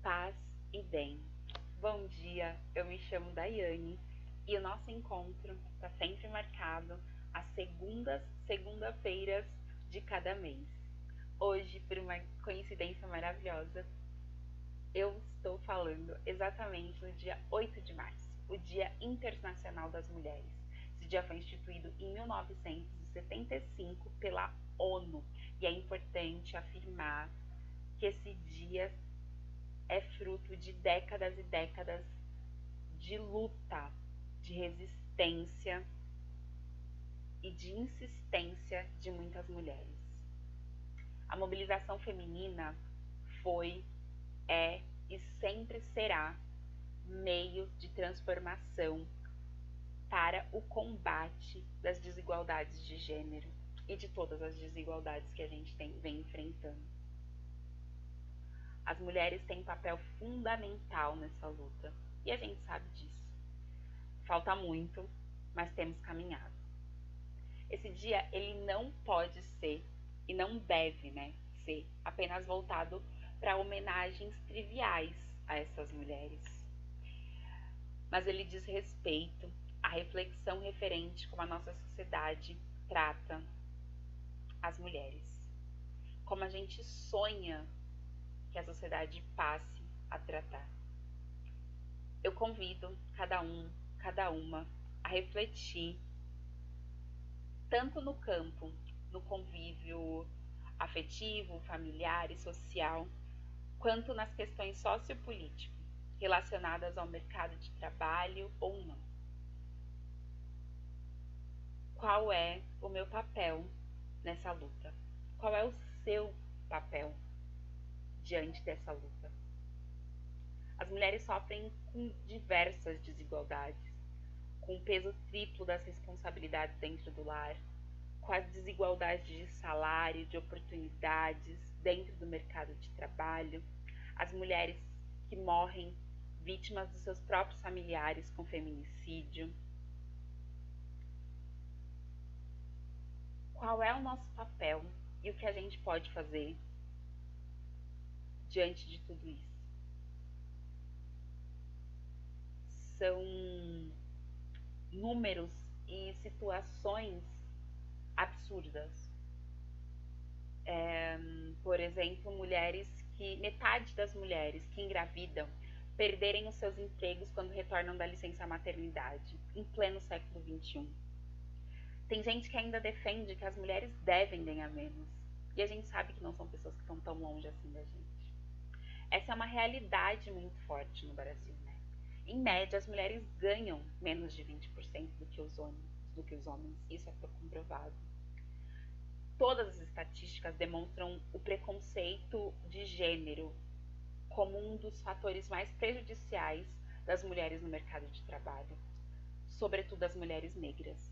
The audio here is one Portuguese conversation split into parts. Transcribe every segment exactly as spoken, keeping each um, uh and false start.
Paz e bem. Bom dia, eu me chamo Daiane e o nosso encontro está sempre marcado às segundas segunda-feiras de cada mês. Hoje, por uma coincidência maravilhosa, eu estou falando exatamente no dia oito de março, o Dia Internacional das Mulheres. Esse dia foi instituído em mil novecentos e setenta e cinco pela ONU e é importante afirmar que esse dia é fruto de décadas e décadas de luta, de resistência e de insistência de muitas mulheres. A mobilização feminina foi, é e sempre será meio de transformação para o combate das desigualdades de gênero e de todas as desigualdades que a gente tem, vem enfrentando. As mulheres têm um papel fundamental nessa luta e a gente sabe disso. Falta muito, mas temos caminhado. Esse dia ele não pode ser e não deve, né, ser apenas voltado para homenagens triviais a essas mulheres, mas ele diz respeito à reflexão referente como a nossa sociedade trata as mulheres, como a gente sonha que a sociedade passe a tratar. Eu convido cada um, cada uma a refletir tanto no campo, no convívio afetivo, familiar e social, quanto nas questões sociopolíticas relacionadas ao mercado de trabalho ou não. Qual é o meu papel nessa luta? Qual é o seu papel diante dessa luta? As mulheres sofrem com diversas desigualdades, com o peso triplo das responsabilidades dentro do lar, com as desigualdades de salário, de oportunidades dentro do mercado de trabalho, as mulheres que morrem vítimas dos seus próprios familiares com feminicídio. Qual é o nosso papel e o que a gente pode fazer diante de tudo isso? São números e situações absurdas. É, por exemplo, mulheres que, metade das mulheres que engravidam perderem os seus empregos quando retornam da licença maternidade, em pleno século vinte e um. Tem gente que ainda defende que as mulheres devem ganhar menos, e a gente sabe que não são pessoas que estão tão longe assim da gente. Essa é uma realidade muito forte no Brasil, né? Em média, as mulheres ganham menos de vinte por cento do que os homens, do que os homens. Isso é comprovado. Todas as estatísticas demonstram o preconceito de gênero como um dos fatores mais prejudiciais das mulheres no mercado de trabalho, sobretudo as mulheres negras.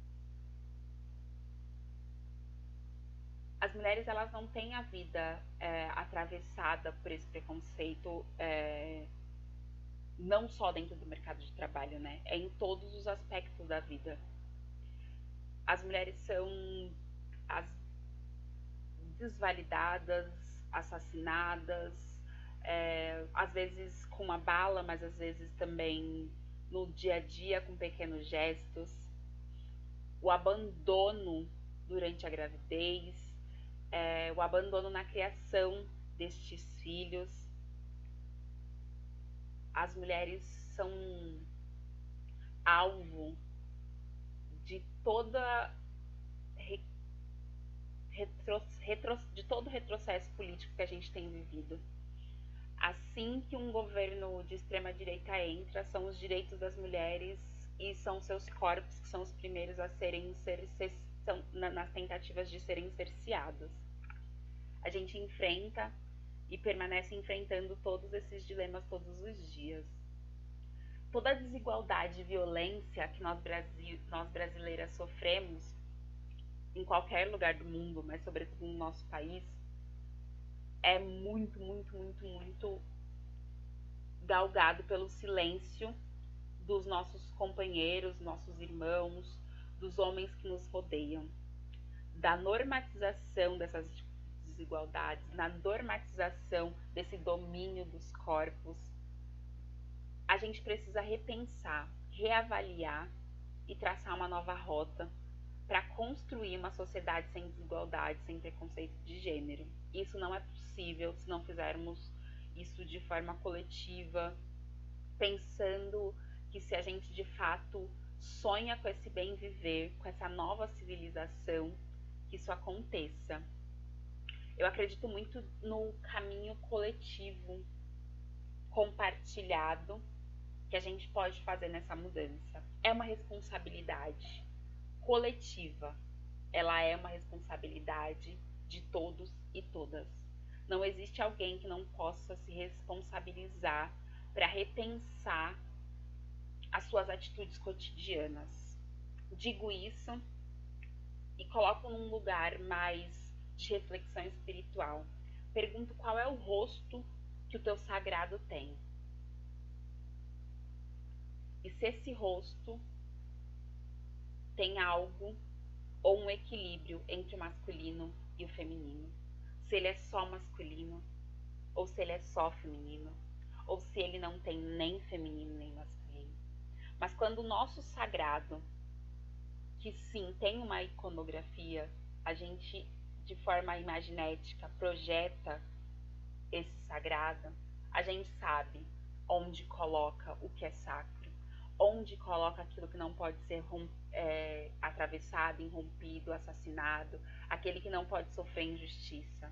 As mulheres elas não têm a vida é, atravessada por esse preconceito, é, não só dentro do mercado de trabalho, né? É em todos os aspectos da vida. As mulheres são as desvalidadas, assassinadas, é, às vezes com uma bala, mas às vezes também no dia a dia com pequenos gestos. O abandono durante a gravidez, é, o abandono na criação destes filhos. As mulheres são alvo de toda retro, retro, de todo o retrocesso político que a gente tem vivido. Assim que um governo de extrema direita entra, são os direitos das mulheres e são seus corpos que são os primeiros a serem são, nas tentativas de serem cerceados. A gente enfrenta e permanece enfrentando todos esses dilemas todos os dias. Toda a desigualdade e violência que nós, Brasil, nós brasileiras sofremos em qualquer lugar do mundo, mas sobretudo no nosso país, é muito, muito, muito, muito galgado pelo silêncio dos nossos companheiros, nossos irmãos, dos homens que nos rodeiam, da normatização dessas desigualdades, na normatização desse domínio dos corpos, a gente precisa repensar, reavaliar e traçar uma nova rota para construir uma sociedade sem desigualdade, sem preconceito de gênero. Isso não é possível se não fizermos isso de forma coletiva, pensando que se a gente de fato sonha com esse bem viver, com essa nova civilização, que isso aconteça. Eu acredito muito no caminho coletivo, compartilhado, que a gente pode fazer nessa mudança. É uma responsabilidade coletiva, ela é uma responsabilidade de todos e todas. Não existe alguém que não possa se responsabilizar para repensar as suas atitudes cotidianas. Digo isso e coloco num lugar mais de reflexão espiritual. Pergunto qual é o rosto que o teu sagrado tem. E se esse rosto tem algo ou um equilíbrio entre o masculino e o feminino. Se ele é só masculino, ou se ele é só feminino, ou se ele não tem nem feminino nem masculino. Mas quando o nosso sagrado, que sim tem uma iconografia, a gente de forma imaginética projeta esse sagrado, a gente sabe onde coloca o que é sacro, onde coloca aquilo que não pode ser é, atravessado, irrompido, assassinado, aquele que não pode sofrer injustiça.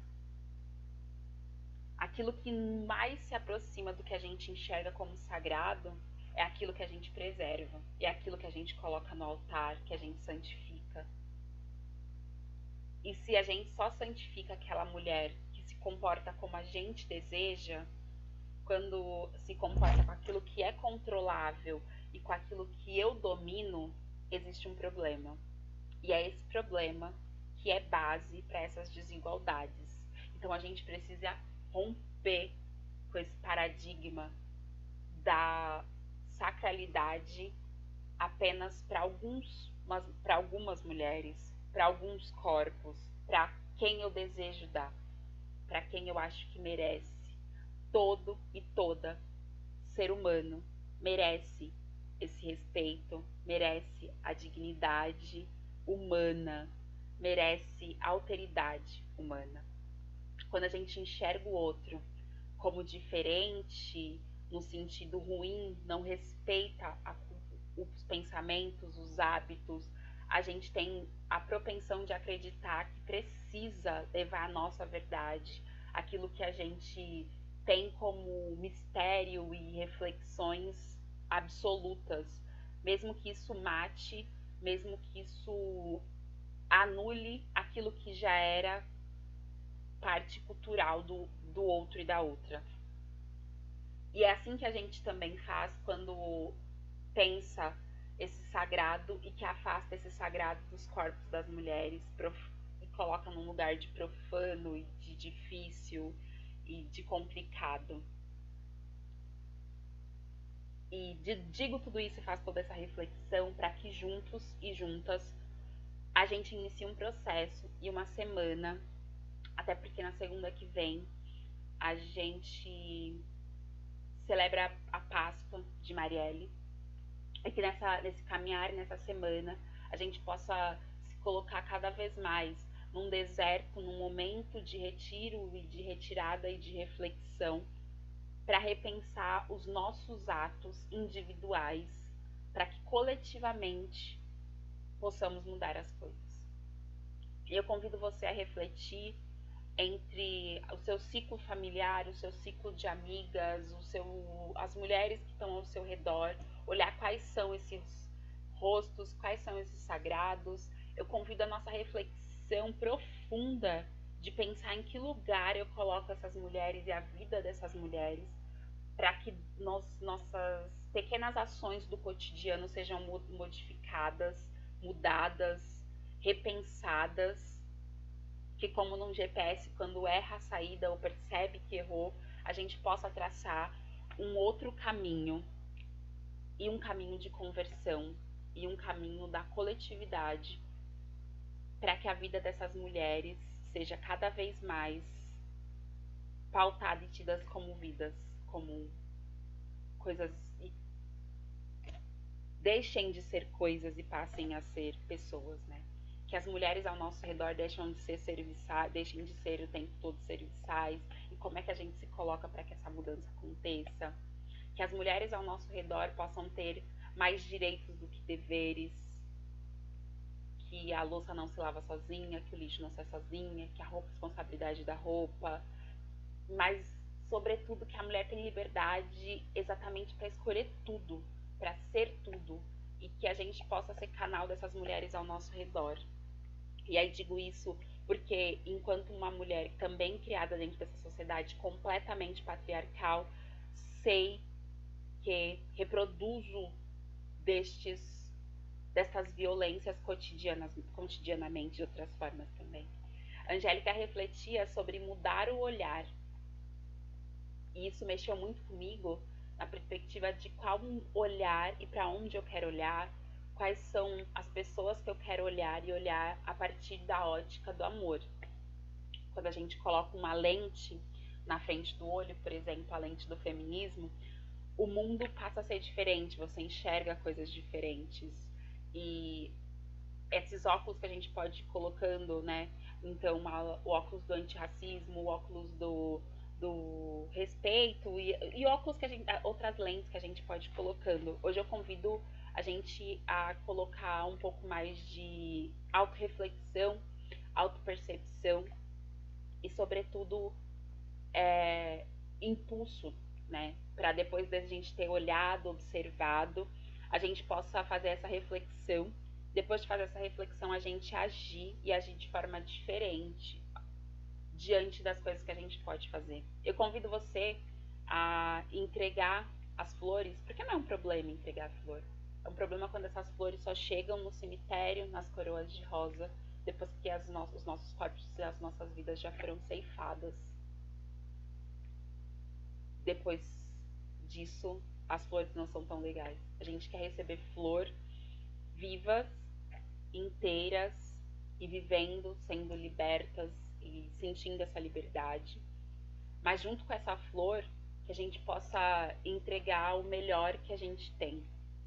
Aquilo que mais se aproxima do que a gente enxerga como sagrado é aquilo que a gente preserva, é aquilo que a gente coloca no altar, que a gente santifica. E se a gente só santifica aquela mulher que se comporta como a gente deseja, quando se comporta com aquilo que é controlável e com aquilo que eu domino, existe um problema. E é esse problema que é base para essas desigualdades. Então a gente precisa romper com esse paradigma da sacralidade apenas para alguns, para algumas mulheres, para alguns corpos, para quem eu desejo dar, para quem eu acho que merece. Todo e toda ser humano merece esse respeito, merece a dignidade humana, merece a alteridade humana. Quando a gente enxerga o outro como diferente, no sentido ruim, não respeita a, os pensamentos, os hábitos, a gente tem a propensão de acreditar que precisa levar a nossa verdade, aquilo que a gente tem como mistério e reflexões absolutas, mesmo que isso mate, mesmo que isso anule aquilo que já era parte cultural do, do outro e da outra. E é assim que a gente também faz quando pensa esse sagrado e que afasta esse sagrado dos corpos das mulheres e coloca num lugar de profano e de difícil e de complicado. E de, digo tudo isso e faço toda essa reflexão para que juntos e juntas a gente inicie um processo e uma semana, até porque na segunda que vem a gente celebra a Páscoa de Marielle, e que nessa, nesse caminhar, nessa semana, a gente possa se colocar cada vez mais num deserto, num momento de retiro e de retirada e de reflexão, para repensar os nossos atos individuais, para que coletivamente possamos mudar as coisas. E eu convido você a refletir entre o seu ciclo familiar, o seu ciclo de amigas, o seu, as mulheres que estão ao seu redor, olhar quais são esses rostos, quais são esses sagrados. Eu convido a nossa reflexão profunda de pensar em que lugar eu coloco essas mulheres e a vida dessas mulheres, para que nós, nossas pequenas ações do cotidiano sejam modificadas, mudadas, repensadas, que como num G P S, quando erra a saída ou percebe que errou, a gente possa traçar um outro caminho, e um caminho de conversão, e um caminho da coletividade, para que a vida dessas mulheres seja cada vez mais pautada e tidas como vidas, como coisas, e deixem de ser coisas e passem a ser pessoas, né? Que as mulheres ao nosso redor deixam de ser serviçais, deixem de ser o tempo todo serviçais, e como é que a gente se coloca para que essa mudança aconteça. Que as mulheres ao nosso redor possam ter mais direitos do que deveres, que a louça não se lava sozinha, que o lixo não sai sozinha, que a roupa é responsabilidade da roupa, mas sobretudo que a mulher tem liberdade exatamente para escolher tudo, para ser tudo, e que a gente possa ser canal dessas mulheres ao nosso redor. E aí digo isso porque, enquanto uma mulher também criada dentro dessa sociedade completamente patriarcal, sei que reproduzo destes, dessas violências cotidianas, cotidianamente, de outras formas também. Angélica refletia sobre mudar o olhar, e isso mexeu muito comigo na perspectiva de qual olhar e para onde eu quero olhar, quais são as pessoas que eu quero olhar e olhar a partir da ótica do amor. Quando a gente coloca uma lente na frente do olho, por exemplo, a lente do feminismo, o mundo passa a ser diferente, você enxerga coisas diferentes. E esses óculos que a gente pode ir colocando, né? Então, o óculos do antirracismo, o óculos do, do respeito e, e óculos que a gente, outras lentes que a gente pode ir colocando. Hoje eu convido a gente a colocar um pouco mais de autorreflexão, autopercepção e, sobretudo, é, impulso, né? Para depois da gente ter olhado, observado, a gente possa fazer essa reflexão. Depois de fazer essa reflexão, a gente agir e agir de forma diferente diante das coisas que a gente pode fazer. Eu convido você a entregar as flores, porque não é um problema entregar a flor. É um problema quando essas flores só chegam no cemitério, nas coroas de rosa, depois que as no- os nossos corpos e as nossas vidas já foram ceifadas. Depois disso, as flores não são tão legais. A gente quer receber flor vivas, inteiras e vivendo, sendo libertas e sentindo essa liberdade. Mas junto com essa flor, que a gente possa entregar o melhor que a gente tem.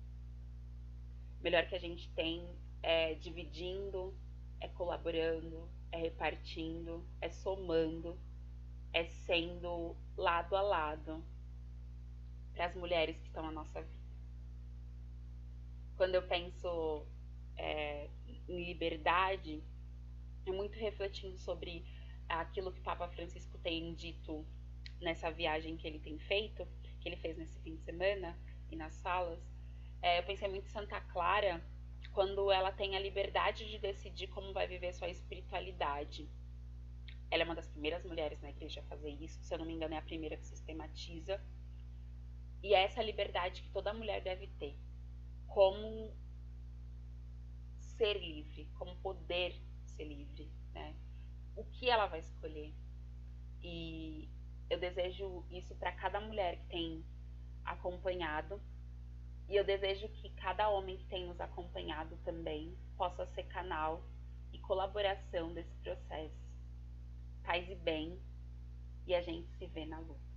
O melhor que a gente tem é dividindo, é colaborando, é repartindo, é somando, é sendo lado a lado para as mulheres que estão na nossa vida. Quando eu penso é, em liberdade, é muito refletindo sobre aquilo que o Papa Francisco tem dito nessa viagem que ele tem feito, que ele fez nesse fim de semana e nas salas. É, eu pensei muito em Santa Clara, quando ela tem a liberdade de decidir como vai viver sua espiritualidade. Ela é uma das primeiras mulheres na igreja a fazer isso, se eu não me engano é a primeira que sistematiza. E é essa liberdade que toda mulher deve ter, como ser livre, como poder ser livre, né? O que ela vai escolher. E eu desejo isso para cada mulher que tem acompanhado, e eu desejo que cada homem que tem nos acompanhado também possa ser canal e colaboração desse processo. Paz e bem, e a gente se vê na luta.